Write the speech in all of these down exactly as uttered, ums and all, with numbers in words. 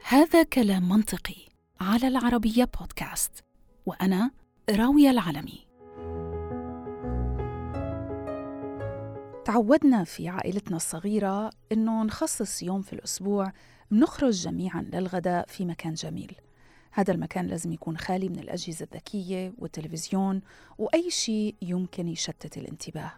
هذا كلام منطقي على العربية بودكاست، وأنا راوية العلمي. تعودنا في عائلتنا الصغيرة إنه نخصص يوم في الأسبوع بنخرج جميعاً للغداء في مكان جميل. هذا المكان لازم يكون خالي من الأجهزة الذكية والتلفزيون وأي شيء يمكن يشتت الانتباه.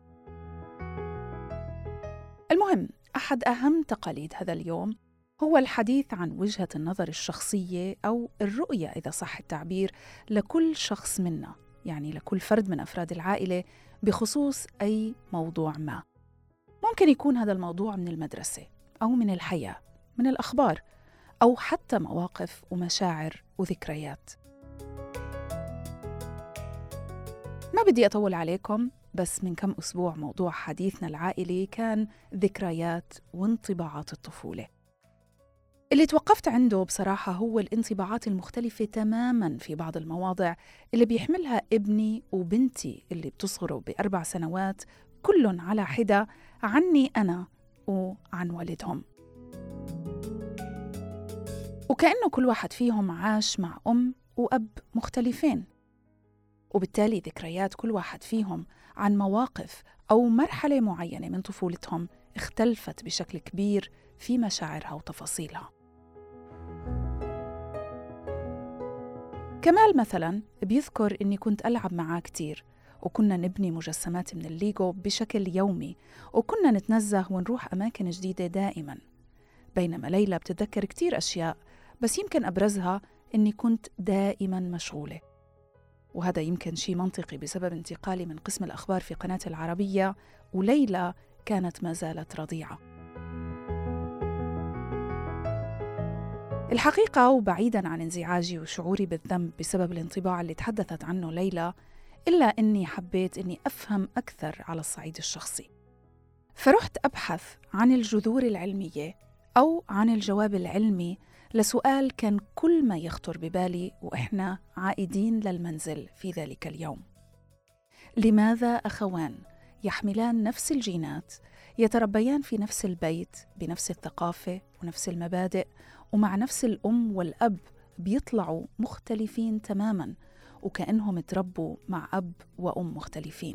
المهم، أحد أهم تقاليد هذا اليوم هو الحديث عن وجهة النظر الشخصية أو الرؤية إذا صح التعبير لكل شخص منا، يعني لكل فرد من أفراد العائلة بخصوص أي موضوع ما. ممكن يكون هذا الموضوع من المدرسة أو من الحياة، من الأخبار، أو حتى مواقف ومشاعر وذكريات. ما بدي أطول عليكم، بس من كم أسبوع موضوع حديثنا العائلي كان ذكريات وانطباعات الطفولة. اللي توقفت عنده بصراحة هو الانطباعات المختلفة تماماً في بعض المواضع اللي بيحملها ابني وبنتي اللي بتصغروا بأربع سنوات، كلهم على حدة عني أنا وعن والدهم. وكأنه كل واحد فيهم عاش مع أم وأب مختلفين، وبالتالي ذكريات كل واحد فيهم عن مواقف أو مرحلة معينة من طفولتهم اختلفت بشكل كبير في مشاعرها وتفاصيلها. كمال مثلاً بيذكر إني كنت ألعب معاه كتير، وكنا نبني مجسمات من الليجو بشكل يومي، وكنا نتنزه ونروح أماكن جديدة دائماً. بينما ليلى بتتذكر كتير أشياء، بس يمكن أبرزها إني كنت دائماً مشغولة، وهذا يمكن شيء منطقي بسبب انتقالي من قسم الأخبار في قناة العربية، وليلى كانت ما زالت رضيعة. الحقيقة، وبعيداً عن انزعاجي وشعوري بالذنب بسبب الانطباع اللي تحدثت عنه ليلى، إلا أني حبيت أني أفهم أكثر على الصعيد الشخصي. فرحت أبحث عن الجذور العلمية أو عن الجواب العلمي لسؤال كان كل ما يخطر ببالي وإحنا عائدين للمنزل في ذلك اليوم: لماذا أخوان يحملان نفس الجينات، يتربيان في نفس البيت بنفس الثقافة ونفس المبادئ ومع نفس الأم والأب، بيطلعوا مختلفين تماماً وكأنهم تربوا مع أب وأم مختلفين؟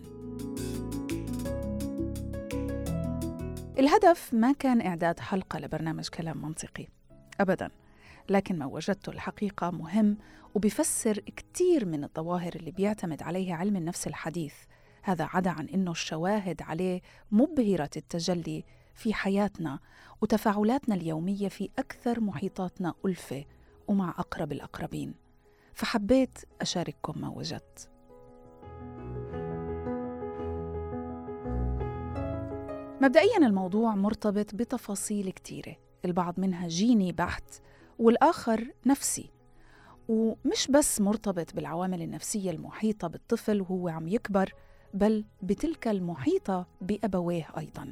الهدف ما كان إعداد حلقة لبرنامج كلام منطقي أبداً، لكن ما وجدته الحقيقة مهم وبيفسر كتير من الظواهر اللي بيعتمد عليها علم النفس الحديث. هذا عدا عن إنه الشواهد عليه مبهرة التجلي في حياتنا وتفاعلاتنا اليومية في أكثر محيطاتنا ألفة ومع أقرب الأقربين. فحبيت أشارككم ما وجدت. مبدئياً الموضوع مرتبط بتفاصيل كتيرة، البعض منها جيني بحت والآخر نفسي، ومش بس مرتبط بالعوامل النفسية المحيطة بالطفل وهو عم يكبر، بل بتلك المحيطة بأبويه أيضاً.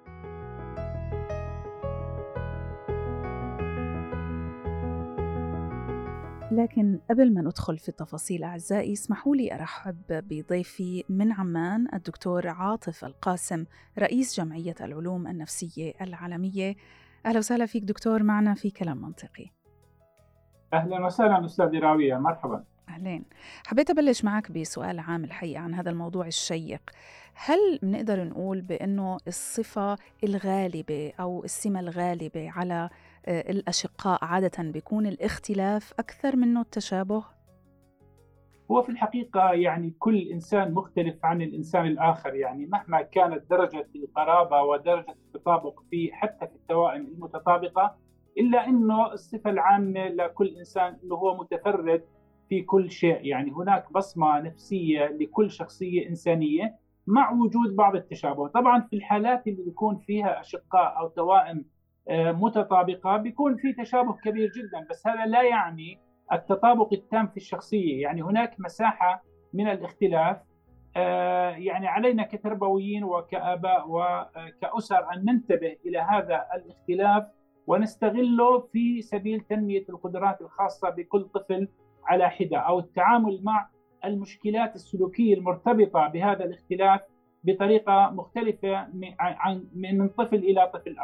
لكن قبل ما ندخل في التفاصيل أعزائي، اسمحوا لي أرحب بضيفي من عمان الدكتور عاطف القاسم، رئيس جمعية العلوم النفسية العالمية. أهلا وسهلا فيك دكتور معنا في كلام منطقي. أهلا وسهلا أستاذ راوية، مرحبا. أهلين. حبيت أبلش معك بسؤال عام الحقيقة عن هذا الموضوع الشيق. هل بنقدر نقول بأنه الصفة الغالبة أو السمة الغالبة على الأشقاء عادة بيكون الاختلاف أكثر منه التشابه؟ هو في الحقيقة يعني كل إنسان مختلف عن الإنسان الآخر، يعني مهما كانت درجة القرابة ودرجة التطابق فيه حتى في التوائم المتطابقة، إلا أنه الصفة العامة لكل إنسان أنه هو متفرد في كل شيء. يعني هناك بصمة نفسية لكل شخصية إنسانية مع وجود بعض التشابه. طبعا في الحالات اللي بيكون فيها أشقاء أو توائم متطابقة بيكون في تشابه كبير جدا، بس هذا لا يعني التطابق التام في الشخصية. يعني هناك مساحة من الاختلاف. يعني علينا كتربويين وكآباء وكأسر أن ننتبه إلى هذا الاختلاف ونستغله في سبيل تنمية القدرات الخاصة بكل طفل على حدة، أو التعامل مع المشكلات السلوكية المرتبطة بهذا الاختلاف بطريقة مختلفة من طفل إلى طفل آخر.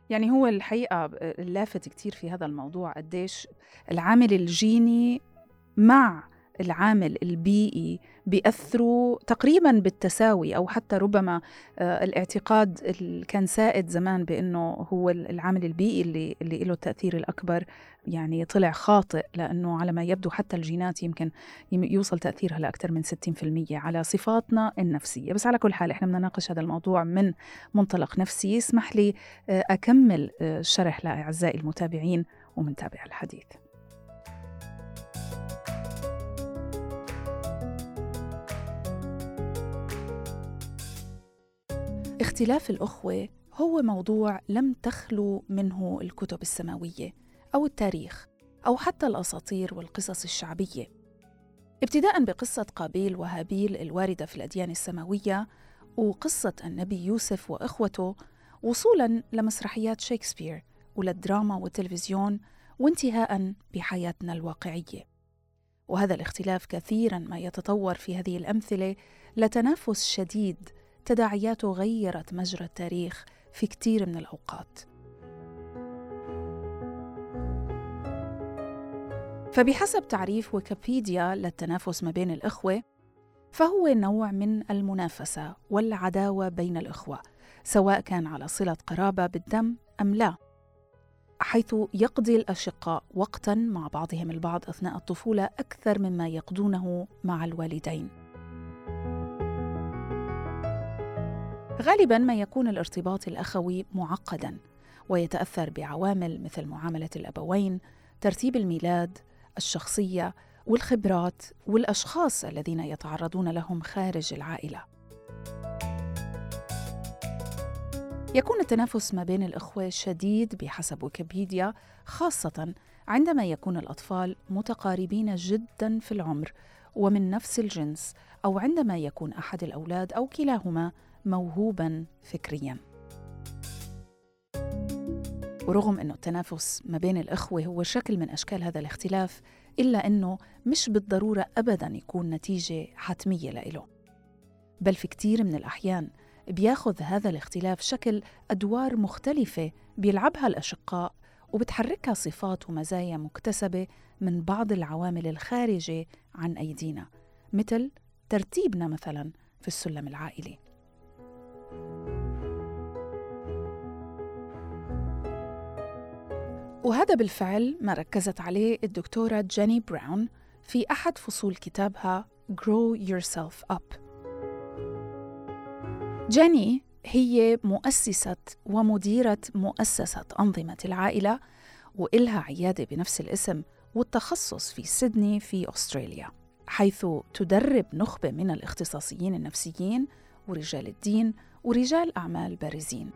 يعني هو الحقيقة اللافت كتير في هذا الموضوع قديش العامل الجيني مع العامل البيئي بيأثروا تقريباً بالتساوي، أو حتى ربما آه الاعتقاد اللي كان سائد زمان بأنه هو العامل البيئي اللي, اللي له التأثير الأكبر يعني طلع خاطئ، لأنه على ما يبدو حتى الجينات يمكن يوصل تأثيرها لأكثر من ستين بالمئة على صفاتنا النفسية. بس على كل حال إحنا بدنا نناقش هذا الموضوع من منطلق نفسي. اسمح لي آه أكمل آه الشرح لأعزائي المتابعين ومنتابع الحديث. اختلاف الأخوة هو موضوع لم تخلو منه الكتب السماوية أو التاريخ أو حتى الأساطير والقصص الشعبية، ابتداء بقصة قابيل وهابيل الواردة في الأديان السماوية، وقصة النبي يوسف وإخوته، وصولاً لمسرحيات شكسبير وللدراما والتلفزيون، وانتهاء بحياتنا الواقعية. وهذا الاختلاف كثيراً ما يتطور في هذه الأمثلة لتنافس شديد تداعياته غيرت مجرى التاريخ في كتير من الأوقات. فبحسب تعريف ويكيبيديا للتنافس ما بين الإخوة، فهو نوع من المنافسة والعداوة بين الإخوة، سواء كان على صلة قرابة بالدم أم لا، حيث يقضي الأشقاء وقتاً مع بعضهم البعض أثناء الطفولة أكثر مما يقضونه مع الوالدين. غالباً ما يكون الارتباط الأخوي معقداً، ويتأثر بعوامل مثل معاملة الأبوين، ترتيب الميلاد، الشخصية والخبرات والأشخاص الذين يتعرضون لهم خارج العائلة. يكون التنافس ما بين الإخوة شديد بحسب ويكيبيديا، خاصة عندما يكون الأطفال متقاربين جداً في العمر ومن نفس الجنس، أو عندما يكون أحد الأولاد أو كلاهما موهوباً فكرياً. ورغم أنه التنافس ما بين الإخوة هو شكل من أشكال هذا الاختلاف، إلا أنه مش بالضرورة أبداً يكون نتيجة حتمية له، بل في كتير من الأحيان بياخذ هذا الاختلاف شكل أدوار مختلفة بيلعبها الأشقاء، وبتحركها صفات ومزايا مكتسبة من بعض العوامل الخارجة عن أيدينا، مثل ترتيبنا مثلاً في السلم العائلي. وهذا بالفعل ما ركزت عليه الدكتورة جيني براون في أحد فصول كتابها Grow Yourself Up. جيني هي مؤسسة ومديرة مؤسسة أنظمة العائلة، وإلها عيادة بنفس الاسم والتخصص في سيدني في أستراليا، حيث تدرب نخبة من الاختصاصيين النفسيين ورجال الدين ورجال أعمال بارزين.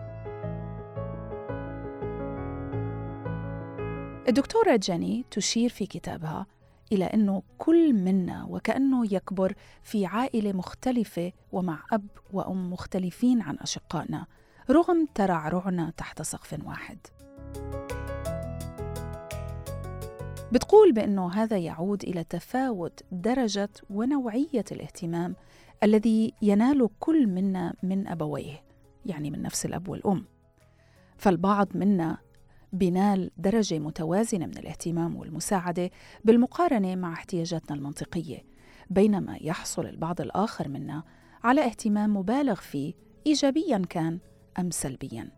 الدكتورة جيني تشير في كتابها إلى أنه كل منا وكأنه يكبر في عائلة مختلفة ومع أب وأم مختلفين عن أشقائنا، رغم ترعرعنا تحت سقف واحد. بتقول بأنه هذا يعود إلى تفاوت درجة ونوعية الاهتمام الذي ينال كل منا من أبويه، يعني من نفس الأب والأم. فالبعض منا بنال درجة متوازنة من الاهتمام والمساعدة بالمقارنة مع احتياجاتنا المنطقية، بينما يحصل البعض الآخر منا على اهتمام مبالغ فيه إيجابياً كان أم سلبياً.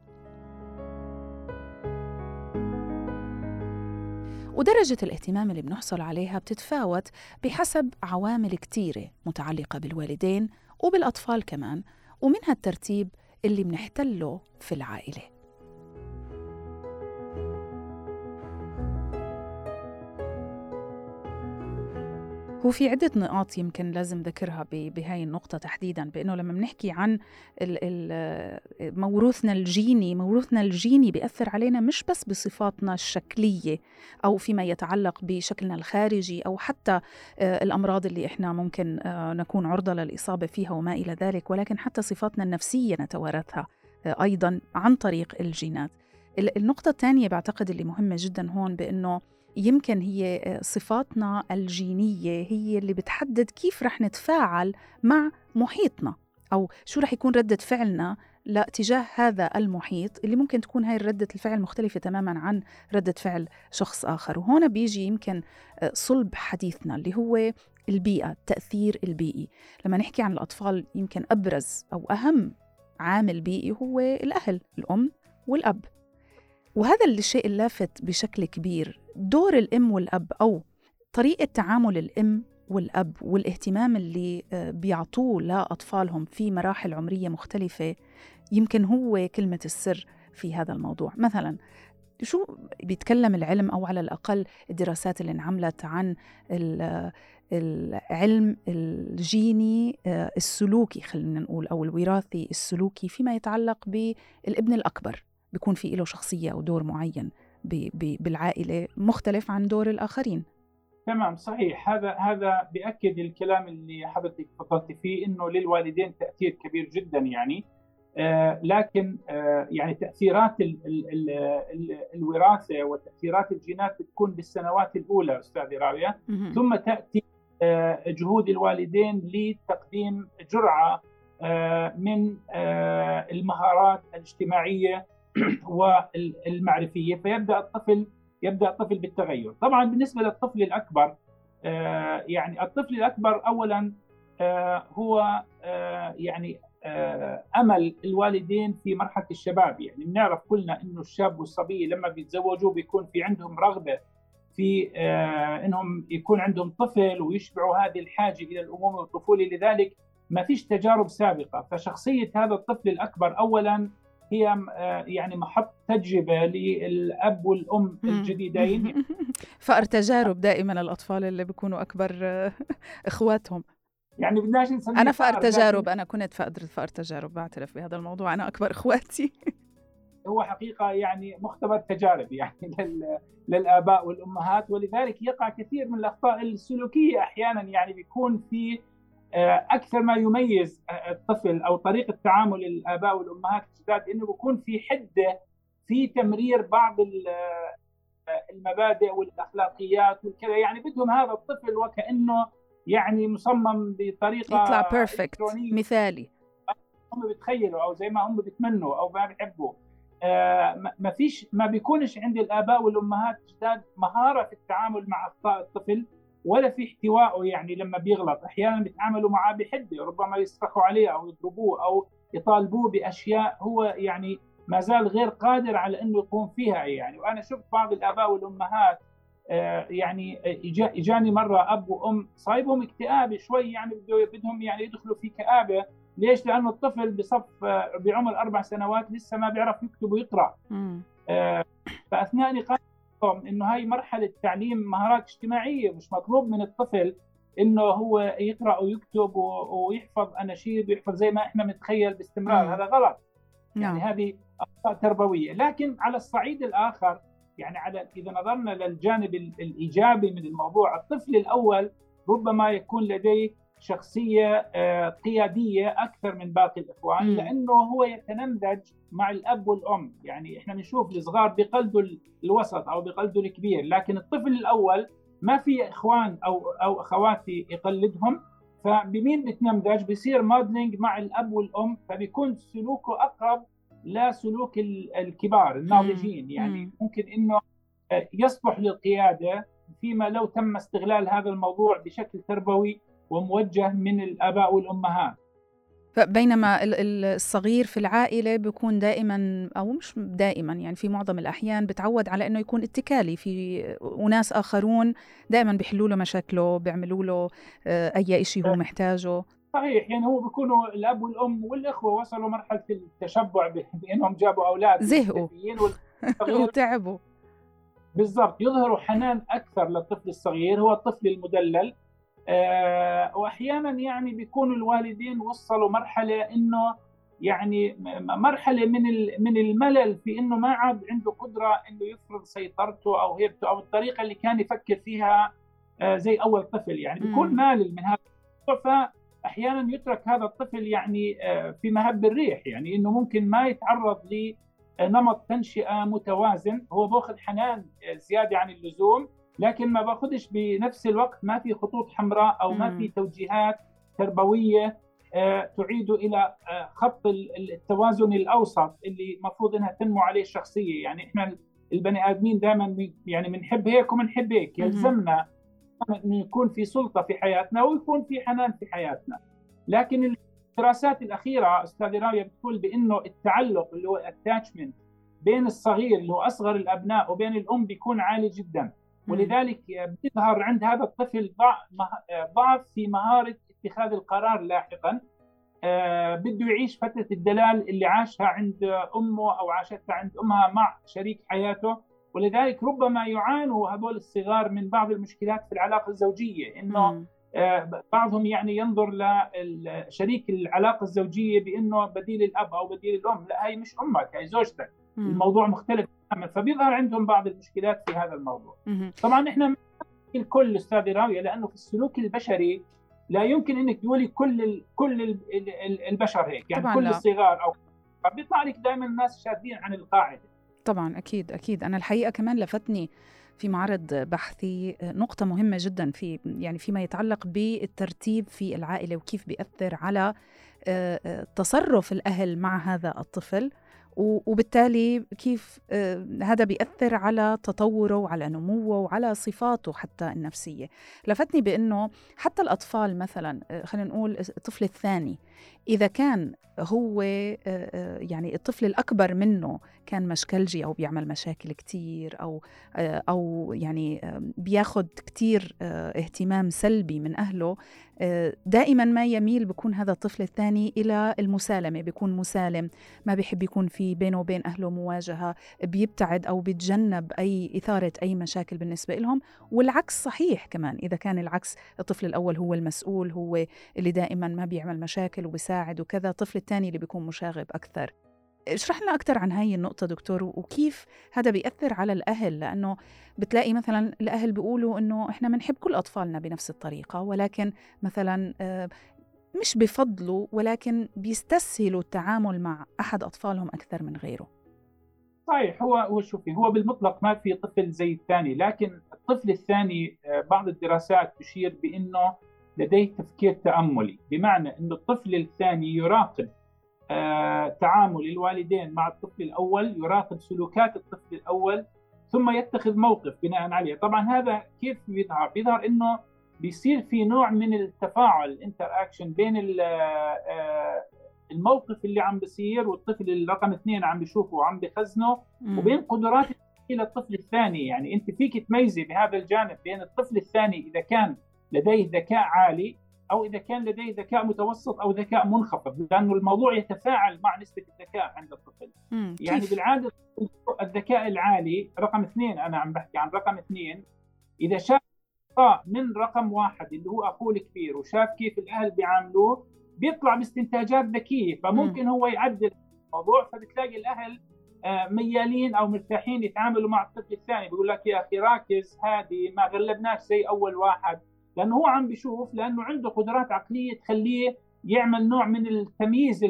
ودرجة الاهتمام اللي بنحصل عليها بتتفاوت بحسب عوامل كتيرة متعلقة بالوالدين وبالأطفال كمان، ومنها الترتيب اللي بنحتله في العائلة. هو في عدة نقاط يمكن لازم ذكرها بهاي النقطة تحديداً، بأنه لما بنحكي عن موروثنا الجيني، موروثنا الجيني بيأثر علينا مش بس بصفاتنا الشكلية أو فيما يتعلق بشكلنا الخارجي أو حتى الأمراض اللي إحنا ممكن نكون عرضة للإصابة فيها وما إلى ذلك، ولكن حتى صفاتنا النفسية نتوارثها أيضاً عن طريق الجينات. النقطة الثانية بعتقد اللي مهمة جداً هون، بأنه يمكن هي صفاتنا الجينية هي اللي بتحدد كيف رح نتفاعل مع محيطنا، أو شو رح يكون ردة فعلنا لا تجاه هذا المحيط اللي ممكن تكون هاي ردة الفعل مختلفة تماما عن ردة فعل شخص آخر. وهنا بيجي يمكن صلب حديثنا اللي هو البيئة، التأثير البيئي. لما نحكي عن الأطفال يمكن أبرز أو أهم عامل بيئي هو الأهل، الأم والأب. وهذا الشيء اللافت بشكل كبير دور الأم والأب، أو طريقة تعامل الأم والأب والاهتمام اللي بيعطوه لأطفالهم في مراحل عمرية مختلفة، يمكن هو كلمة السر في هذا الموضوع. مثلا شو بيتكلم العلم، أو على الأقل الدراسات اللي انعملت عن العلم الجيني السلوكي، خلينا نقول، أو الوراثي السلوكي فيما يتعلق بالابن الأكبر، بيكون في له شخصية أو دور معين بالعائلة مختلف عن دور الآخرين. تمام، صحيح. هذا هذا بيأكد الكلام اللي حضرتك تفضلتي فيه، إنه للوالدين تأثير كبير جدا يعني. آه لكن آه يعني تأثيرات ال ال ال ال الوراثة وتأثيرات الجينات بتكون بالسنوات الأولى أستاذة راوية، ثم تأتي آه جهود الوالدين لتقديم جرعة آه من آه المهارات الاجتماعية والمعرفية، فيبدأ الطفل يبدأ الطفل بالتغير. طبعا بالنسبة للطفل الأكبر، آه يعني الطفل الأكبر أولا آه هو آه يعني آه أمل الوالدين في مرحلة الشباب. يعني بنعرف كلنا إنه الشاب والصبية لما بيتزوجوا بيكون في عندهم رغبة في آه إنهم يكون عندهم طفل ويشبعوا هذه الحاجة إلى الأمومة والطفولة، لذلك ما فيش تجارب سابقة. فشخصية هذا الطفل الأكبر أولا هي يعني محط تجربة للأب والأم الجديدين. فأر تجارب دائما الأطفال اللي بيكونوا أكبر إخواتهم. يعني بدناش نسميه أنا فأر تجارب، أنا كنت فأر تجارب، بعترف بهذا الموضوع، أنا أكبر إخواتي. هو حقيقة يعني مختبر تجارب يعني للآباء والأمهات، ولذلك يقع كثير من الأخطاء السلوكية أحيانا. يعني بيكون في أكثر ما يميز الطفل أو طريقة تعامل الآباء والأمهات الجداد إنه بيكون في حدة في تمرير بعض المبادئ والأخلاقيات والكذا. يعني بدهم هذا الطفل وكأنه يعني مصمم بطريقة يطلع بيرفكت مثالي، هم بيتخيلوا أو زي ما هم بيتمنوا أو ما بيحبوا. آه ما فيش ما بيكونش عند الآباء والأمهات الجداد مهارة في التعامل مع أخطاء الطفل ولا في احتوائه. يعني لما بيغلط أحيانا بيتعاملوا معه بحدة، ربما يصرخوا عليه أو يضربوه أو يطالبوه بأشياء هو يعني ما زال غير قادر على أنه يقوم فيها. يعني وأنا شفت بعض الآباء والأمهات آه يعني إجاني مرة أب وأم صايبهم اكتئاب شوي، يعني بدهم يعني يدخلوا في كآبة. ليش؟ لأنه الطفل بصف آه بعمر أربع سنوات لسه ما بيعرف يكتب ويقرأ. آه فأثناء نقاش إنه هاي مرحلة تعليم مهارات اجتماعية، مش مطلوب من الطفل إنه هو يقرأ ويكتب ويحفظ أناشيد ويحفظ زي ما إحنا متخيل باستمرار. مم. هذا غلط. يعني هذه أخطاء تربوية. لكن على الصعيد الآخر، يعني على إذا نظرنا للجانب الإيجابي من الموضوع، الطفل الأول ربما يكون لديه شخصية قيادية أكثر من باقي الإخوان، م. لأنه هو يتنمذج مع الأب والأم. يعني إحنا نشوف الصغار بقلدوا الوسط أو بقلدوا الكبير، لكن الطفل الأول ما في إخوان أو أو أخوات يقلدهم، فبمين بتنمذج؟ بيصير موديلينج مع الأب والأم، فبيكون سلوكه أقرب لسلوك الكبار الناضجين. يعني م. ممكن إنه يصلح للقيادة فيما لو تم استغلال هذا الموضوع بشكل تربوي وموجه من الآباء والأمهات. بينما الصغير في العائلة بيكون دائما أو مش دائما، يعني في معظم الأحيان بتعود على أنه يكون اتكالي في وناس آخرون دائما بيحلوا له مشاكله، بيعملوا له أي شيء هو محتاجه. صحيح. يعني هو بيكونوا الأب والأم والإخوة وصلوا مرحلة التشبع بأنهم جابوا أولاد زهقوا وتعبوا. بالضبط. يظهروا حنان أكثر للطفل الصغير، هو الطفل المدلل. أه وأحيانا يعني بيكونوا الوالدين وصلوا مرحلة إنه يعني مرحلة من من الملل في إنه ما عاد عنده قدرة إنه يفرض سيطرته أو هيبته أو الطريقة اللي كان يفكر فيها أه زي أول طفل. يعني بيكون مالل من هذا الموضوع، فأحيانا يترك هذا الطفل يعني أه في مهب الريح، يعني إنه ممكن ما يتعرض لنمط تنشئة متوازن. هو باخذ حنان زيادة عن اللزوم، لكن ما باخدش بنفس الوقت، ما في خطوط حمراء أو ما في توجيهات تربوية تعيد إلى خط التوازن الأوسط اللي مفروض أنها تنمو عليه الشخصية. يعني إحنا البني آدمين دائما يعني بنحب هيك وبنحب هيك، يلزمنا أن يكون في سلطة في حياتنا ويكون في حنان في حياتنا. لكن الدراسات الأخيرة أستاذ راوية بتقول بأنه التعلق اللي هو attachment بين الصغير اللي هو أصغر الأبناء وبين الأم بيكون عالي جدا، ولذلك بيظهر عند هذا الطفل ضعف في مهارة اتخاذ القرار لاحقا. آه بده يعيش فترة الدلال اللي عاشها عند أمه أو عاشتها عند أمها مع شريك حياته، ولذلك ربما يعانوا هذول الصغار من بعض المشكلات في العلاقة الزوجية، إنه آه بعضهم يعني ينظر لشريك العلاقة الزوجية بأنه بديل الأب أو بديل الأم. لا، هي مش أمك، هي زوجتك. مم. الموضوع مختلف تماما، فبيظهر عندهم بعض المشكلات في هذا الموضوع. مم. طبعا إحنا الكل أستاذ راوية، لأنه في السلوك البشري لا يمكن انك تقولي كل ال كل ال البشر هيك، يعني كل لا. الصغار او بيطلع لك دائما الناس شاذين عن القاعده. طبعا اكيد اكيد. انا الحقيقه كمان لفتني في معرض بحثي نقطه مهمه جدا في يعني فيما يتعلق بالترتيب في العائله وكيف بيأثر على تصرف الاهل مع هذا الطفل، وبالتالي كيف هذا بيأثر على تطوره وعلى نموه وعلى صفاته حتى النفسية. لفتني بأنه حتى الأطفال مثلا، خلينا نقول الطفل الثاني، إذا كان هو يعني الطفل الأكبر منه كان مشكلجي أو بيعمل مشاكل كتير أو أو يعني بياخد كتير اهتمام سلبي من أهله، دائما ما يميل بيكون هذا الطفل الثاني إلى المسالمة، بيكون مسالم، ما بيحب يكون في بينه وبين أهله مواجهة، بيبتعد أو بيتجنب أي إثارة أي مشاكل بالنسبة لهم. والعكس صحيح كمان، إذا كان العكس الطفل الأول هو المسؤول، هو اللي دائما ما بيعمل مشاكل وبيساعد وكذا، الطفل الثاني اللي بيكون مشاغب أكثر. اشرح لنا أكثر عن هاي النقطة دكتور، وكيف هذا بيأثر على الأهل، لأنه بتلاقي مثلا الأهل بيقولوا إنه إحنا بنحب كل أطفالنا بنفس الطريقة، ولكن مثلا مش بفضلوا ولكن بيستسهلوا التعامل مع أحد أطفالهم أكثر من غيره. صحيح. هو هو شوفي، هو بالمطلق ما في طفل زي الثاني، لكن الطفل الثاني بعض الدراسات تشير بأنه لديه تفكير تأملي، بمعنى أن الطفل الثاني يراقب آه، تعامل الوالدين مع الطفل الأول، يراقب سلوكات الطفل الأول، ثم يتخذ موقف بناء عليه. طبعا هذا كيف بيظهر؟ بيظهر إنه بيصير في نوع من التفاعل انتراكشن بين آه، الموقف اللي عم بيصير والطفل الرقم اثنين عم بيشوفه وعم بيخزنه، وبين قدرات الطفل الثاني. يعني أنت فيك تميزي بهذا الجانب بين الطفل الثاني إذا كان لديه ذكاء عالي أو إذا كان لديه ذكاء متوسط أو ذكاء منخفض، لأنه الموضوع يتفاعل مع نسبة الذكاء عند الطفل. يعني بالعادة الذكاء العالي رقم اثنين، أنا عم بحكي عن رقم اثنين، إذا شاف من رقم واحد اللي هو أخوه الكبير وشاف كيف الأهل بيعاملوه، بيطلع باستنتاجات ذكية، فممكن هو يعدل الموضوع، فبتلاقي الأهل ميالين أو مرتاحين يتعاملوا مع الطفل الثاني. بيقول لك يا أخي راكز، هادي، ما غلبناش زي أول واحد، لأنه هو عم بيشوف، لأنه عنده قدرات عقلية تخليه يعمل نوع من التمييز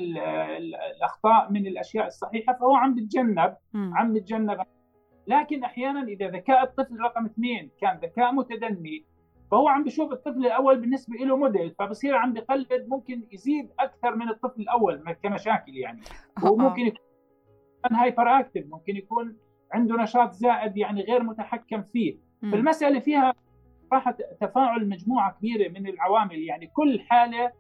الأخطاء من الأشياء الصحيحة، فهو عم بيتجنب عم بيتجنب لكن أحيانا إذا ذكاء الطفل رقم اثنين كان ذكاء متدني، فهو عم بيشوف الطفل الأول بالنسبة له موديل، فبصير عم بيقلد، ممكن يزيد أكثر من الطفل الأول كمشاكل. يعني هو ممكن يكون هايبر أكتيف، ممكن يكون عنده نشاط زائد يعني غير متحكم فيه. فالمسألة فيها راح تفاعل مجموعة كبيرة من العوامل، يعني كل حالة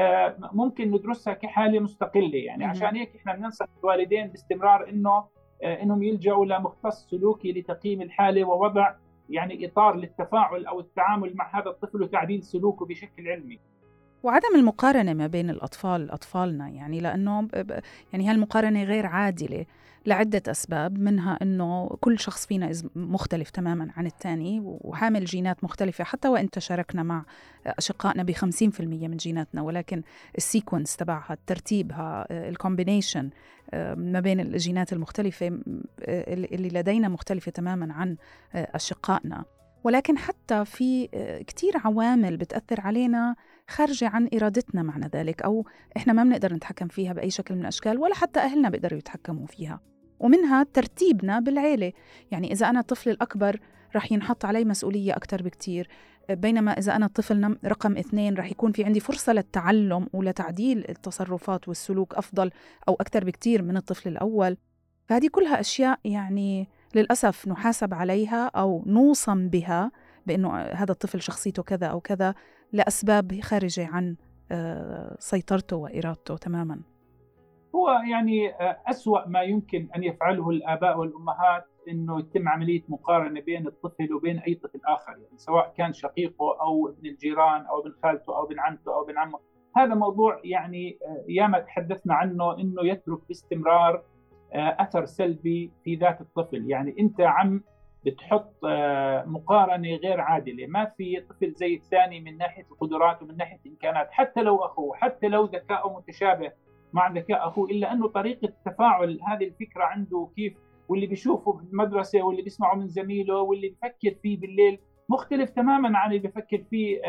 ممكن ندرسها كحالة مستقلة. يعني عشان هيك احنا بننصح الوالدين باستمرار انه انهم يلجأوا لمختص سلوكي لتقييم الحالة ووضع يعني إطار للتفاعل أو التعامل مع هذا الطفل وتعديل سلوكه بشكل علمي. وعدم المقارنة ما بين الأطفال أطفالنا، يعني لأنه يعني هالمقارنة غير عادلة لعدة أسباب، منها أنه كل شخص فينا مختلف تماماً عن الثاني وحامل جينات مختلفة، حتى وإن تشاركنا مع أشقائنا بخمسين في المية من جيناتنا، ولكن السيكونس تبعها، ترتيبها، الكومبينيشن ما بين الجينات المختلفة اللي لدينا مختلفة تماماً عن أشقائنا. ولكن حتى في كتير عوامل بتأثر علينا خارجة عن إرادتنا معنى ذلك، أو إحنا ما بنقدر نتحكم فيها بأي شكل من الأشكال، ولا حتى أهلنا بيقدروا يتحكموا فيها. ومنها ترتيبنا بالعيلة، يعني إذا أنا الطفل الأكبر رح ينحط علي مسؤولية أكتر بكتير، بينما إذا أنا الطفل رقم اثنين رح يكون في عندي فرصة للتعلم ولتعديل التصرفات والسلوك أفضل أو أكثر بكتير من الطفل الأول. فهذه كلها أشياء يعني للأسف نحاسب عليها أو نوصم بها بأنه هذا الطفل شخصيته كذا أو كذا لأسباب خارجة عن سيطرته وإرادته تماما. هو يعني أسوأ ما يمكن أن يفعله الآباء والأمهات إنه يتم عملية مقارنة بين الطفل وبين أي طفل آخر، يعني سواء كان شقيقه أو ابن الجيران أو ابن خالته أو ابن عمته أو ابن عمه. هذا موضوع يعني ياما تحدثنا عنه، إنه يترك باستمرار أثر سلبي في ذات الطفل. يعني أنت عم بتحط مقارنة غير عادلة، ما في طفل زي الثاني من ناحية القدرات ومن ناحية الإمكانات، حتى لو أخوه، حتى لو ذكاؤه متشابه مع ذكاء أخوه، إلا أنه طريقة التفاعل هذه الفكرة عنده كيف، واللي بيشوفه في المدرسة واللي بيسمعه من زميله واللي بيفكر فيه بالليل مختلف تماما عن اللي بيفكر فيه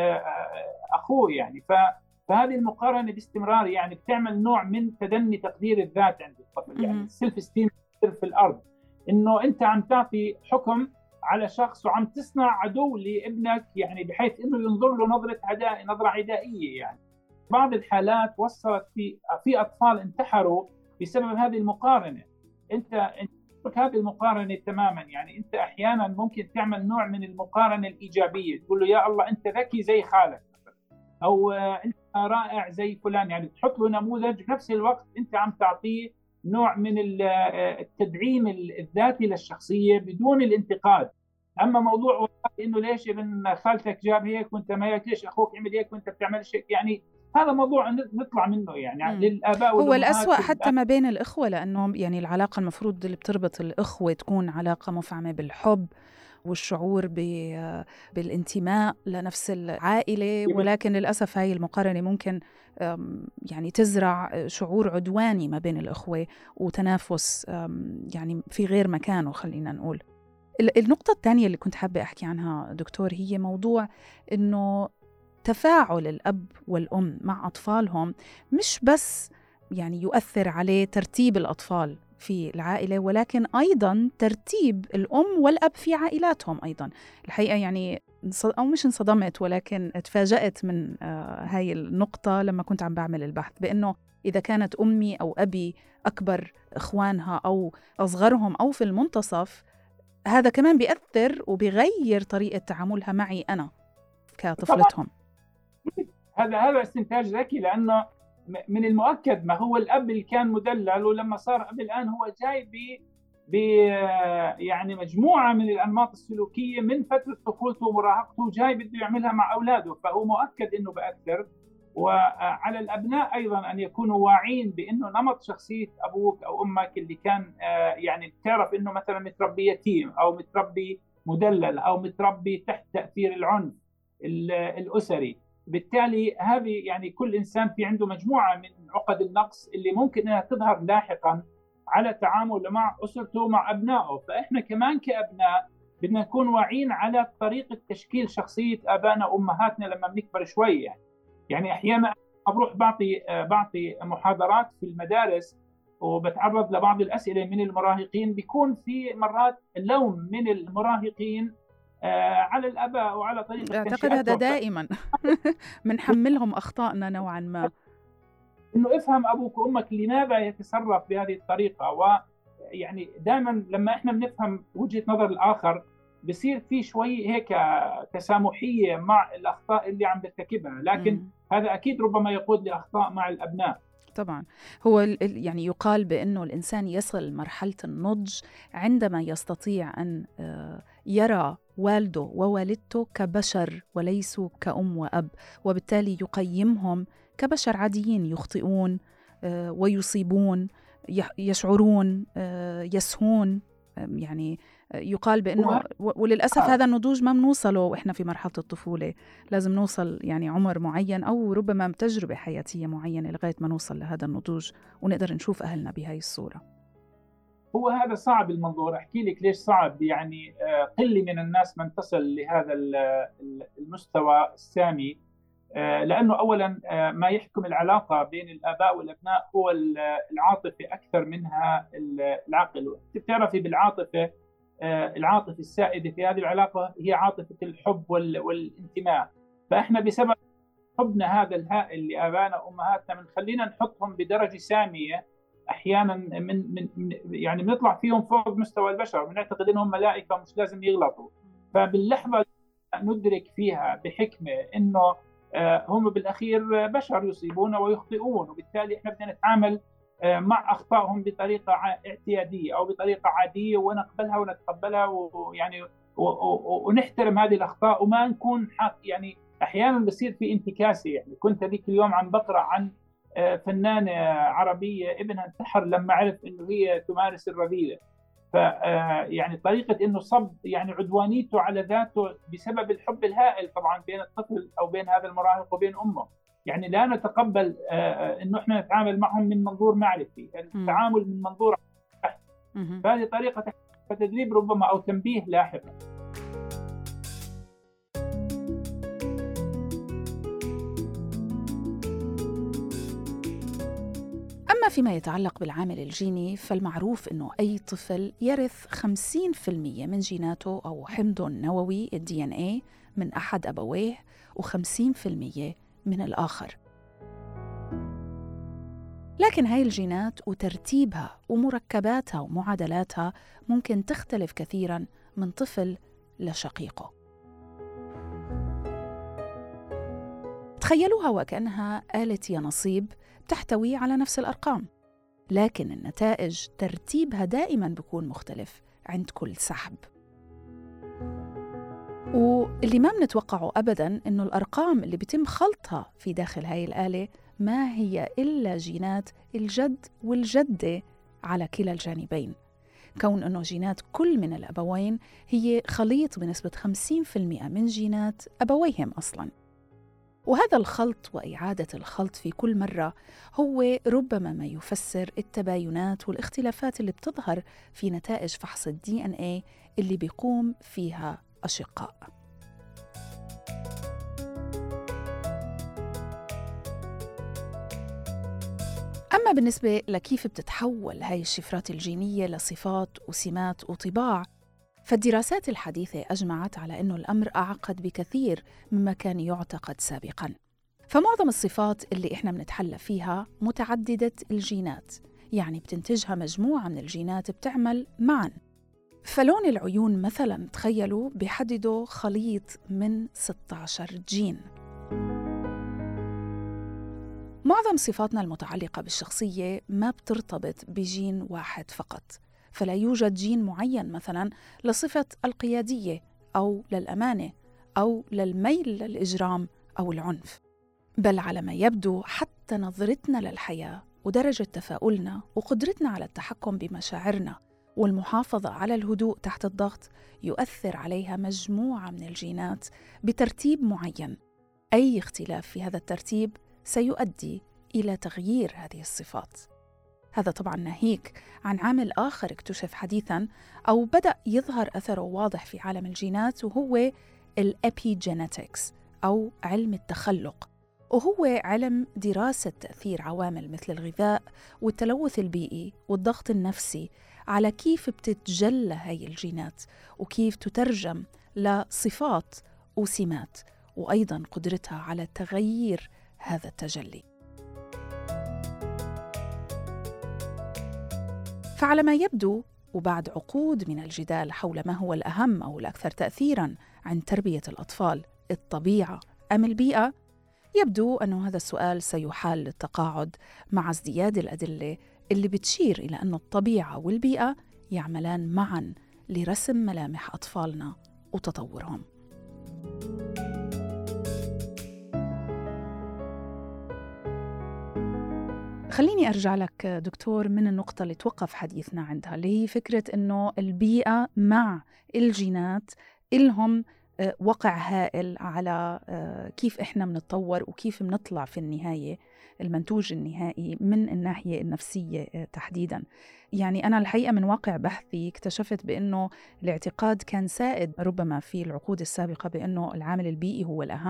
أخوه. يعني فهذه المقارنة باستمرار يعني بتعمل نوع من تدني تقدير الذات عند الطفل، يعني السيلف استيم في الأرض، إنه أنت عم تعطي حكم على شخص وعم تصنع عدو لابنك، يعني بحيث إنه ينظر له نظرة عداء نظرة عدائية. يعني بعض الحالات وصلت في في أطفال انتحروا بسبب هذه المقارنة. أنت أنت هذه المقارنة تماما، يعني أنت أحيانا ممكن تعمل نوع من المقارنة الإيجابية، تقول له يا الله أنت ذكي زي خالك مثلا، أو أنت رائع زي فلان، يعني تحط له نموذج، في نفس الوقت أنت عم تعطيه نوع من التدعيم الذاتي للشخصية بدون الانتقاد. أما موضوع إنه ليش ابن خالتك جاب هيك وأنت ما هيك، ليش أخوك عمل هيك وأنت بتعملش هيك، يعني هذا موضوع نطلع منه يعني مم. للآباء هو الأسوأ حتى ما بين الإخوة، لأنه يعني العلاقة المفروض اللي بتربط الإخوة تكون علاقة مفعمة بالحب والشعور بالانتماء لنفس العائلة، ولكن للأسف هاي المقارنة ممكن يعني تزرع شعور عدواني ما بين الإخوة وتنافس يعني في غير مكانه. خلينا نقول النقطة الثانية اللي كنت حابة أحكي عنها دكتور هي موضوع إنه تفاعل الأب والأم مع أطفالهم مش بس يعني يؤثر عليه ترتيب الأطفال في العائلة، ولكن أيضاً ترتيب الأم والأب في عائلاتهم أيضاً. الحقيقة يعني أو مش انصدمت ولكن اتفاجأت من آه هاي النقطة لما كنت عم بعمل البحث، بأنه إذا كانت أمي أو أبي أكبر إخوانها أو أصغرهم أو في المنتصف، هذا كمان بيأثر وبيغير طريقة تعاملها معي أنا كطفلتهم. هذا هذا استنتاج ذكي، لأنه من المؤكد ما هو الأب اللي كان مدلل ولما صار أب الآن هو جاي ب ب يعني مجموعة من الأنماط السلوكية من فترة طفولته ومراهقته، جاي بده يعملها مع أولاده، فهو مؤكد إنه بأثر. وعلى الأبناء أيضا أن يكونوا واعين بأنه نمط شخصية أبوك أو أمك اللي كان يعني بتعرف إنه مثلا متربي يتيم أو متربي مدلل أو متربي تحت تأثير العنف الأسري، بالتالي هذه يعني كل إنسان في عنده مجموعة من عقد النقص اللي ممكن أنها تظهر لاحقا على تعامله مع أسرته ومع أبنائه. فإحنا كمان كأبناء بدنا نكون واعين على طريقة تشكيل شخصية آبائنا وأمهاتنا لما بنكبر شوي. يعني, يعني أحيانا بروح بعطي بعطي محاضرات في المدارس وبتعرض لبعض الأسئلة من المراهقين، بيكون في مرات لوم من المراهقين على الآباء وعلى طريقة أعتقد هذا دائما منحملهم أخطائنا نوعا ما، إنه افهم أبوك وأمك لماذا يتصرف بهذه الطريقة. ويعني دائما لما إحنا بنفهم وجهة نظر الآخر بصير في شوي هيك تسامحية مع الأخطاء اللي عم بترتكبها، لكن م. هذا أكيد ربما يقود لأخطاء مع الأبناء. طبعا هو يعني يقال بأنه الإنسان يصل مرحلة النضج عندما يستطيع أن يرى والده ووالدته كبشر وليسوا كأم وأب، وبالتالي يقيمهم كبشر عاديين يخطئون ويصيبون، يشعرون، يسهون. يعني يقال بأنه وللأسف هذا النضوج ما بنوصله وإحنا في مرحلة الطفولة، لازم نوصل يعني عمر معين أو ربما تجربة حياتية معينة لغاية ما نوصل لهذا النضوج ونقدر نشوف أهلنا بهاي الصورة. هو هذا صعب المنظور، أحكي لك ليش صعب. يعني قلة من الناس من تصل لهذا المستوى السامي، لأنه أولا ما يحكم العلاقة بين الآباء والأبناء هو العاطفة أكثر منها العقل. بتعرفي بالعاطفة العاطفة السائدة في هذه العلاقة هي عاطفة الحب والانتماء. فإحنا بسبب حبنا هذا الهائل لآبائنا وأمهاتنا بنخلينا نحطهم بدرجة سامية أحيانا، من, من يعني بنطلع فيهم فوق مستوى البشر، بنعتقد إنهم ملائكة ومش لازم يغلطوا. فباللحظة ندرك فيها بحكمة إنه هم بالأخير بشر يصيبون ويخطئون، وبالتالي إحنا بدنا نتعامل مع أخطائهم بطريقة اعتيادية أو بطريقة عادية ونقبلها ونتقبلها، ويعني ونحترم هذه الأخطاء وما نكون حق. يعني أحيانا بصير في انتكاسة. يعني كنت ذيك اليوم عم بقرأ عن فنانة عربية ابنها انتحر لما عرف إنه هي تمارس الرذيلة. ف يعني طريقة إنه صب يعني عدوانيته على ذاته بسبب الحب الهائل طبعا بين الطفل أو بين هذا المراهق وبين أمه. يعني لا نتقبل إنه إحنا نتعامل معهم من منظور معرفي، التعامل من منظور فهذه طريقة تدريب ربما أو تنبيه لاحقا. أما فيما يتعلق بالعامل الجيني فالمعروف أنه أي طفل يرث خمسين بالمئة من جيناته أو حمضه النووي الدي إن إيه من أحد أبويه وخمسين بالمئة من الآخر. لكن هاي الجينات وترتيبها ومركباتها ومعادلاتها ممكن تختلف كثيراً من طفل لشقيقه. تخيلوها وكأنها آلة يانصيب تحتوي على نفس الأرقام، لكن النتائج ترتيبها دائماً بيكون مختلف عند كل سحب. واللي ما بنتوقعه أبداً إنه الأرقام اللي بيتم خلطها في داخل هاي الآلة ما هي إلا جينات الجد والجدة على كلا الجانبين، كون أنه جينات كل من الأبوين هي خليط بنسبة خمسين بالمئة من جينات أبويهم أصلاً. وهذا الخلط وإعادة الخلط في كل مرة هو ربما ما يفسر التباينات والاختلافات اللي بتظهر في نتائج فحص الدي إن إيه اللي بيقوم فيها أشقاء. أما بالنسبة لكيف بتتحول هاي الشفرات الجينية لصفات وسمات وطباع، فالدراسات الحديثة أجمعت على أنه الأمر أعقد بكثير مما كان يعتقد سابقاً. فمعظم الصفات اللي إحنا بنتحلى فيها متعددة الجينات، يعني بتنتجها مجموعة من الجينات بتعمل معاً. فلون العيون مثلاً تخيلوا بيحددوا خليط من ستة عشر جين. معظم صفاتنا المتعلقة بالشخصية ما بترتبط بجين واحد فقط، فلا يوجد جين معين مثلا لصفة القيادية أو للأمانة أو للميل للإجرام أو العنف، بل على ما يبدو حتى نظرتنا للحياة ودرجة تفاؤلنا وقدرتنا على التحكم بمشاعرنا والمحافظة على الهدوء تحت الضغط يؤثر عليها مجموعة من الجينات بترتيب معين. أي اختلاف في هذا الترتيب سيؤدي إلى تغيير هذه الصفات. هذا طبعاً ناهيك عن عامل آخر اكتشف حديثاً أو بدأ يظهر أثره واضح في عالم الجينات، وهو الإبيجينيتكس أو علم التخلق، وهو علم دراسة تأثير عوامل مثل الغذاء والتلوث البيئي والضغط النفسي على كيف بتتجلى هاي الجينات وكيف تترجم لصفات وسمات، وأيضاً قدرتها على تغيير هذا التجلي. فعلى ما يبدو وبعد عقود من الجدال حول ما هو الأهم أو الأكثر تأثيراً عن تربية الأطفال، الطبيعة أم البيئة، يبدو أن هذا السؤال سيحال للتقاعد مع ازدياد الأدلة اللي بتشير إلى أن الطبيعة والبيئة يعملان معاً لرسم ملامح أطفالنا وتطورهم. خليني أرجع لك دكتور من النقطة اللي توقف حديثنا عندها، اللي هي فكرة أنه البيئة مع الجينات إلهم وقع هائل على كيف إحنا بنتطور وكيف بنطلع في النهاية المنتوج النهائي من الناحية النفسية تحديداً. يعني أنا الحقيقة من واقع بحثي اكتشفت بأنه الاعتقاد كان سائد ربما في العقود السابقة بأنه العامل البيئي هو الأهم،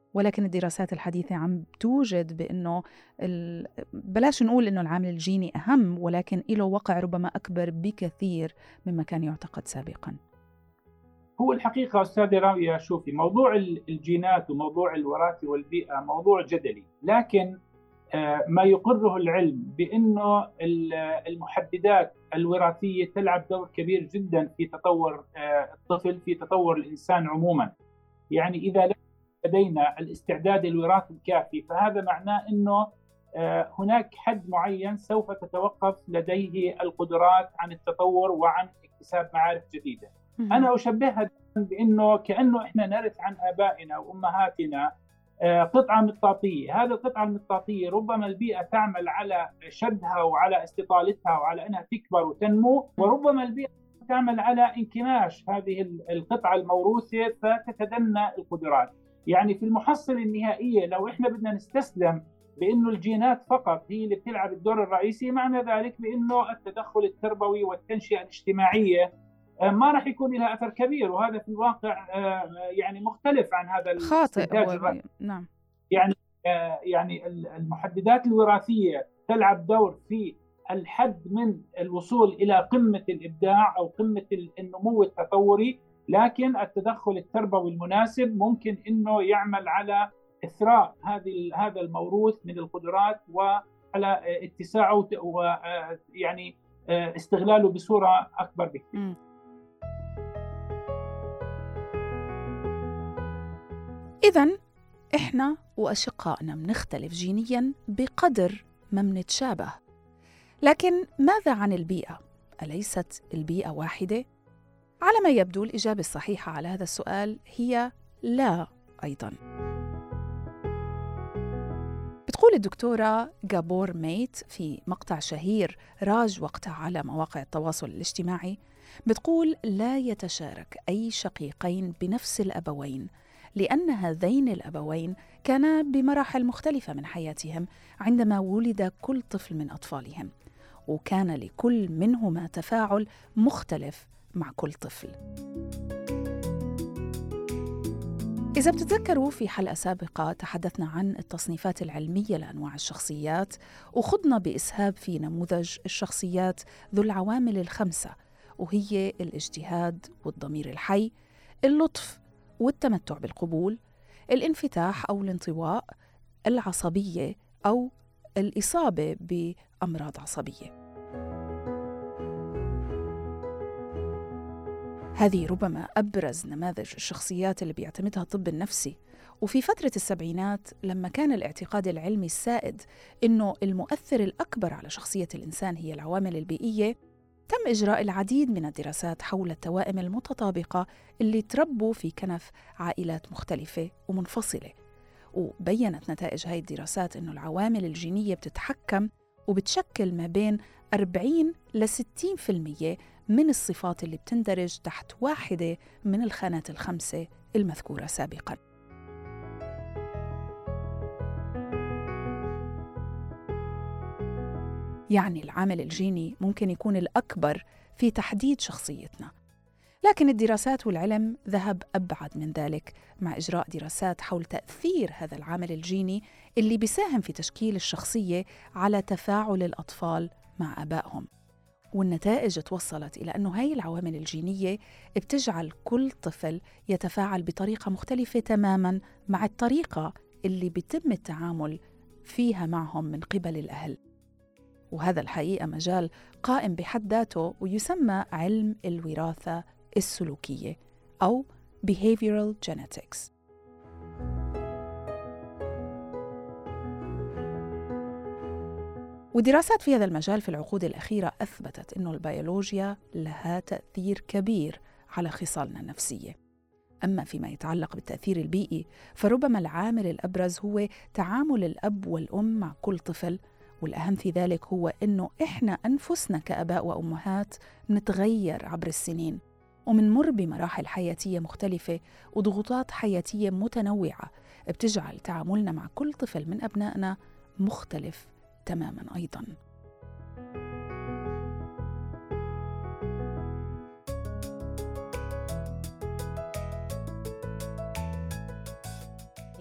ولكن الدراسات الحديثة عم توجد بأنه ال... بلاش نقول أنه العامل الجيني أهم، ولكن له وقع ربما أكبر بكثير مما كان يعتقد سابقاً. هو الحقيقة أستاذة راوية، شوفي، موضوع الجينات وموضوع الوراثة والبيئة موضوع جدلي، لكن ما يقره العلم بأنه المحددات الوراثية تلعب دور كبير جدا في تطور الطفل، في تطور الإنسان عموما. يعني إذا لدينا الاستعداد الوراثي الكافي فهذا معناه أنه هناك حد معين سوف تتوقف لديه القدرات عن التطور وعن اكتساب معارف جديدة. أنا أشبهها بأنه كأنه إحنا نرث عن آبائنا وأمهاتنا قطعة مطاطية. هذه القطعة المطاطية ربما البيئة تعمل على شدها وعلى استطالتها وعلى أنها تكبر وتنمو، وربما البيئة تعمل على انكماش هذه القطعة الموروثة فتتدنى القدرات. يعني في المحصلة النهائية لو إحنا بدنا نستسلم بأنه الجينات فقط هي اللي بتلعب الدور الرئيسي، معنى ذلك بأنه التدخل التربوي والتنشئة الاجتماعية ما راح يكون لها أثر كبير، وهذا في الواقع يعني مختلف عن هذا خاطئ. نعم. يعني يعني المحددات الوراثية تلعب دور في الحد من الوصول إلى قمة الإبداع أو قمة النمو التطوري، لكن التدخل التربوي المناسب ممكن إنه يعمل على إثراء هذه هذا الموروث من القدرات وعلى اتساعه ويعني استغلاله بصورة أكبر بكثير. إذن إحنا وأشقائنا بنختلف جينياً بقدر ما منتشابه، لكن ماذا عن البيئة؟ أليست البيئة واحدة؟ على ما يبدو الإجابة الصحيحة على هذا السؤال هي لا أيضاً. بتقول الدكتورة جابور ميت في مقطع شهير راج وقتها على مواقع التواصل الاجتماعي، بتقول لا يتشارك أي شقيقين بنفس الأبوين، لأن هذين الأبوين كانا بمراحل مختلفة من حياتهم عندما ولد كل طفل من أطفالهم، وكان لكل منهما تفاعل مختلف مع كل طفل. إذا بتتذكروا في حلقة سابقة تحدثنا عن التصنيفات العلمية لأنواع الشخصيات، وخضنا بإسهاب في نموذج الشخصيات ذو العوامل الخمسة، وهي الاجتهاد والضمير الحي، اللطف والتمتع بالقبول، الانفتاح أو الانطواء، العصبية أو الإصابة بأمراض عصبية. هذه ربما أبرز نماذج الشخصيات اللي بيعتمدها الطب النفسي. وفي فترة السبعينات لما كان الاعتقاد العلمي السائد إنه المؤثر الأكبر على شخصية الإنسان هي العوامل البيئية، تم إجراء العديد من الدراسات حول التوائم المتطابقة اللي تربوا في كنف عائلات مختلفة ومنفصلة، وبيّنت نتائج هاي الدراسات إنه العوامل الجينية بتتحكم وبتشكل ما بين أربعين إلى ستين بالمئة من الصفات اللي بتندرج تحت واحدة من الخانات الخمسة المذكورة سابقاً. يعني العامل الجيني ممكن يكون الأكبر في تحديد شخصيتنا، لكن الدراسات والعلم ذهب أبعد من ذلك مع إجراء دراسات حول تأثير هذا العامل الجيني اللي بيساهم في تشكيل الشخصية على تفاعل الأطفال مع آبائهم. والنتائج توصلت إلى أنه هاي العوامل الجينية بتجعل كل طفل يتفاعل بطريقة مختلفة تماماً مع الطريقة اللي بيتم التعامل فيها معهم من قبل الأهل. وهذا الحقيقة مجال قائم بحد ذاته ويسمى علم الوراثة السلوكية أو Behavioral Genetics. ودراسات في هذا المجال في العقود الأخيرة أثبتت أنه البيولوجيا لها تأثير كبير على خصالنا النفسية. أما فيما يتعلق بالتأثير البيئي فربما العامل الأبرز هو تعامل الأب والأم مع كل طفل، والأهم في ذلك هو أنه إحنا أنفسنا كأباء وأمهات نتغير عبر السنين ومنمر بمراحل حياتية مختلفة وضغوطات حياتية متنوعة بتجعل تعاملنا مع كل طفل من أبنائنا مختلف تماماً أيضاً.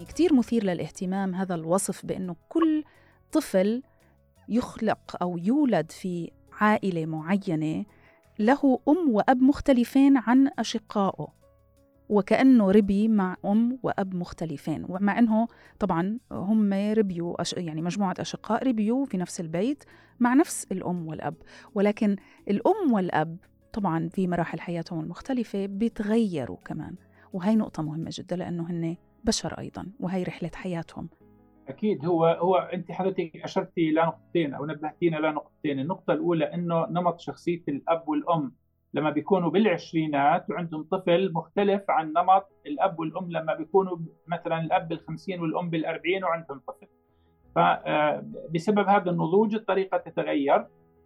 كتير مثير للاهتمام هذا الوصف بأنه كل طفل يخلق أو يولد في عائلة معينة له أم وأب مختلفين عن أشقائه، وكأنه ربي مع أم وأب مختلفين، ومع أنه طبعاً هم ربيوا أش... يعني مجموعة أشقاء ربيوا في نفس البيت مع نفس الأم والأب، ولكن الأم والأب طبعاً في مراحل حياتهم المختلفة بيتغيروا كمان، وهي نقطة مهمة جدا لأنه هن بشر أيضاً وهي رحلة حياتهم. أكيد. هو هو أنت حضرتك أشرتي لنقطتين أو نبهتينا لنقطتين. النقطة الأولى إنه نمط شخصية الأب والأم لما بيكونوا بالعشرينات وعندهم طفل مختلف عن نمط الأب والأم لما بيكونوا مثلا الأب بالخمسين والأم بالأربعين وعندهم طفل. فبسبب هذا النضوج الطريقة تتغير.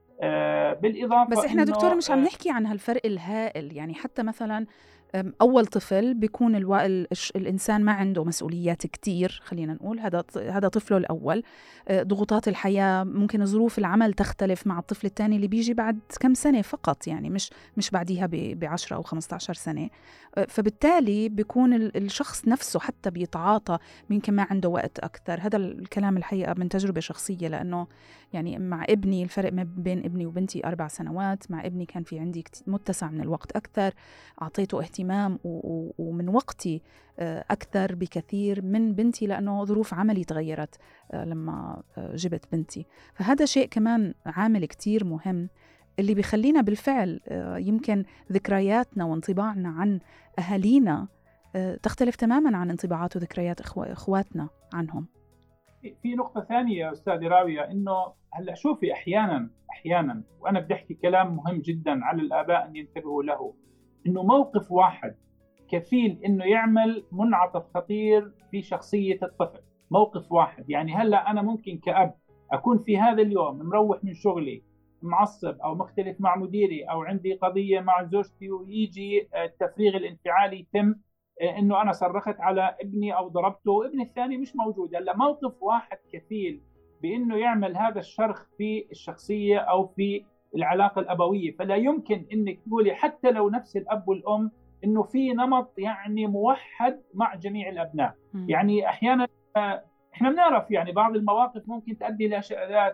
بالإضافة بس إحنا دكتور مش عم نحكي عن هالفرق الهائل، يعني حتى مثلا أول طفل بيكون الو... الإنسان ما عنده مسؤوليات كتير، خلينا نقول هذا هذا طفله الأول، ضغوطات الحياة ممكن ظروف العمل تختلف مع الطفل الثاني اللي بيجي بعد كم سنة فقط، يعني مش مش بعديها بعشرة أو خمسة عشر سنة، فبالتالي بيكون الشخص نفسه حتى بيتعاطى، يمكن ما عنده وقت أكثر. هذا الكلام الحقيقة من تجربة شخصية، لأنه يعني مع ابني الفرق ما بين ابني وبنتي أربع سنوات، مع ابني كان في عندي متسع من الوقت أكثر، أعطيته اهتمام ومن وقتي أكثر بكثير من بنتي لأنه ظروف عملي تغيرت لما جبت بنتي. فهذا شيء كمان عامل كتير مهم اللي بيخلينا بالفعل يمكن ذكرياتنا وانطباعنا عن أهالينا تختلف تماما عن انطباعات وذكريات إخواتنا عنهم. في نقطة ثانية أستاذ راوية، إنه هلأ شوفي أحيانا أحيانا وأنا بدي أحكي كلام مهم جدا على الآباء أن ينتبهوا له، إنه موقف واحد كفيل إنه يعمل منعطف خطير في شخصية الطفل. موقف واحد، يعني هلأ أنا ممكن كأب أكون في هذا اليوم مروح من شغلي معصب أو مختلف مع مديري أو عندي قضية مع زوجتي، ويجي التفريغ الانفعالي يتم إنه أنا صرخت على ابني أو ضربته وابني الثاني مش موجود. هلا موقف واحد كفيل بإنه يعمل هذا الشرخ في الشخصية أو في العلاقة الأبوية. فلا يمكن إنك تقولي حتى لو نفس الأب والأم إنه في نمط يعني موحد مع جميع الأبناء. م. يعني أحيانا إحنا بنعرف يعني بعض المواقف ممكن تؤدي إلى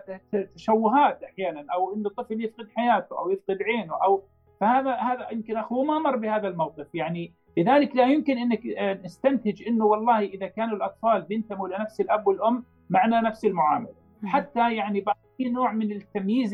تشوهات أحيانا، أو إنه الطفل يفقد حياته أو يفقد عينه، أو فهذا هذا يمكن أخوه ما مر بهذا الموقف. يعني لذلك لا يمكن أنك نستنتج أنه والله إذا كانوا الأطفال بينتموا لنفس الأب والأم معنا نفس المعاملة. حتى يعني بعض في نوع من التمييز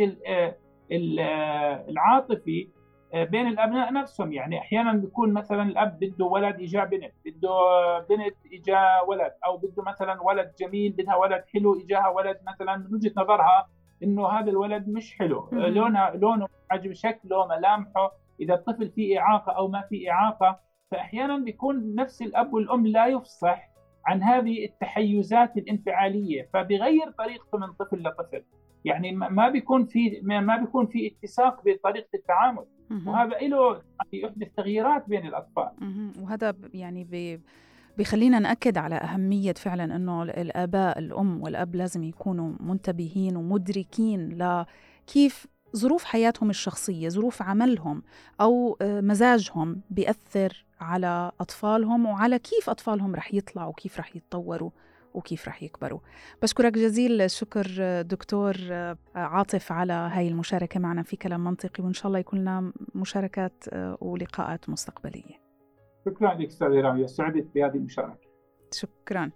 العاطفي بين الأبناء نفسهم. يعني أحيانا بيكون مثلا الأب بده ولد إجا بنت، بده بنت إجا ولد، أو بده مثلا ولد جميل بدها ولد حلو إجاها ولد مثلا من وجهة نظرها إنه هذا الولد مش حلو، لونه لونه عجب شكله ملامحه، إذا الطفل فيه إعاقة أو ما فيه إعاقة. فأحيانا بيكون نفس الأب والأم لا يفصح عن هذه التحيزات الانفعالية، فبيغير طريقته من طفل لطفل. يعني ما بيكون في ما بيكون في اتساق بطريقة التعامل، وهذا له يحدث تغييرات بين الأطفال. وهذا يعني بي بيخلينا نأكد على أهمية فعلا أنه الآباء الأم والأب لازم يكونوا منتبهين ومدركين لكيف ظروف حياتهم الشخصية، ظروف عملهم أو مزاجهم بيأثر على أطفالهم وعلى كيف أطفالهم رح يطلعوا وكيف رح يتطوروا وكيف رح يكبروا. بشكرك جزيل الشكر دكتور عاطف على هاي المشاركة معنا في كلام منطقي، وإن شاء الله يكون لنا مشاركات ولقاءات مستقبلية. شكرا لك أستاذ راوية، سعدت بهذه المشاركة. شكرا.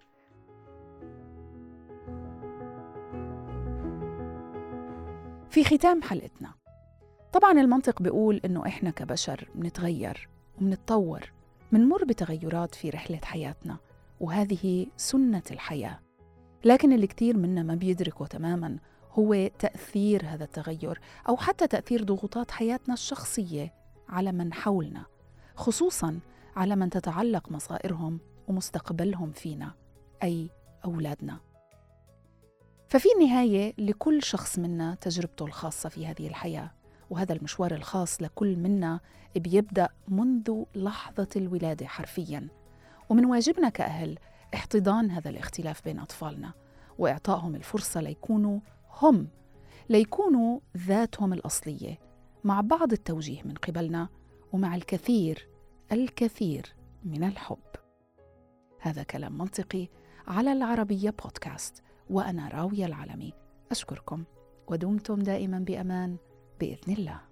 في ختام حلقتنا، طبعا المنطق بيقول إنه إحنا كبشر بنتغير وبنتطور، بنمر بتغيرات في رحلة حياتنا، وهذه سنة الحياة. لكن اللي كتير منا ما بيدركه تماماً هو تأثير هذا التغير، أو حتى تأثير ضغوطات حياتنا الشخصية على من حولنا، خصوصاً على من تتعلق مصائرهم ومستقبلهم فينا، أي أولادنا. ففي النهاية لكل شخص منا تجربته الخاصة في هذه الحياة، وهذا المشوار الخاص لكل منا بيبدأ منذ لحظة الولادة حرفياً. ومن واجبنا كأهل احتضان هذا الاختلاف بين أطفالنا وإعطائهم الفرصة ليكونوا هم، ليكونوا ذاتهم الأصلية، مع بعض التوجيه من قبلنا ومع الكثير الكثير من الحب. هذا كلام منطقي على العربية بودكاست. وأنا راوية العلمي أشكركم ودمتم دائما بأمان بإذن الله.